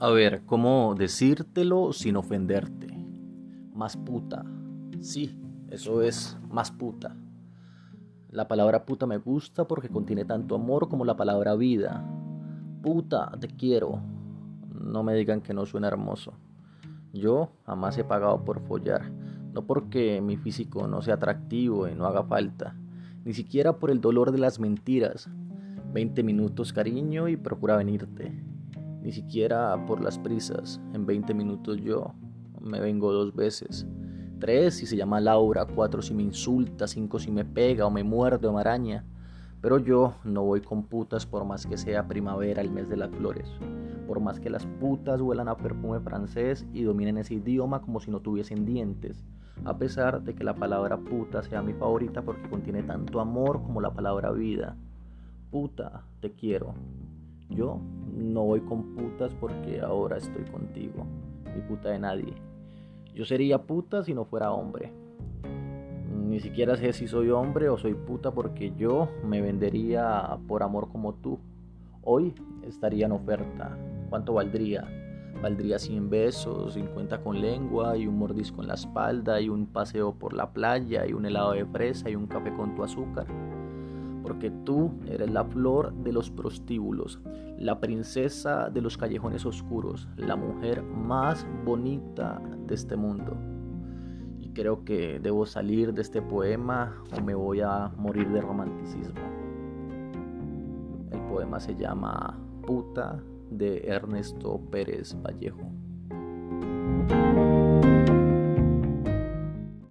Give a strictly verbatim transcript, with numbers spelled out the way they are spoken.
A ver, ¿cómo decírtelo sin ofenderte? Más puta. Sí, eso es, más puta. La palabra puta me gusta porque contiene tanto amor como la palabra vida. Puta, te quiero. No me digan que no suena hermoso. Yo jamás he pagado por follar. No porque mi físico no sea atractivo y no haga falta. Ni siquiera por el dolor de las mentiras. Veinte minutos, cariño, y procura venirte. Ni siquiera por las prisas. En veinte minutos yo me vengo dos veces. Tres si se llama Laura, cuatro si me insulta, cinco si me pega o me muerde o me araña. Pero yo no voy con putas por más que sea primavera, el mes de las flores. Por más que las putas huelan a perfume francés y dominen ese idioma como si no tuviesen dientes. A pesar de que la palabra puta sea mi favorita porque contiene tanto amor como la palabra vida. Puta, te quiero. Yo no voy con putas porque ahora estoy contigo, ni puta de nadie. Yo sería puta si no fuera hombre. Ni siquiera sé si soy hombre o soy puta porque yo me vendería por amor como tú. Hoy estaría en oferta. ¿Cuánto valdría? Valdría cien besos, cincuenta con lengua y un mordisco en la espalda y un paseo por la playa y un helado de fresa y un café con tu azúcar. Porque tú eres la flor de los prostíbulos, la princesa de los callejones oscuros, la mujer más bonita de este mundo. Y creo que debo salir de este poema o me voy a morir de romanticismo. El poema se llama Puta, de Ernesto Pérez Vallejo.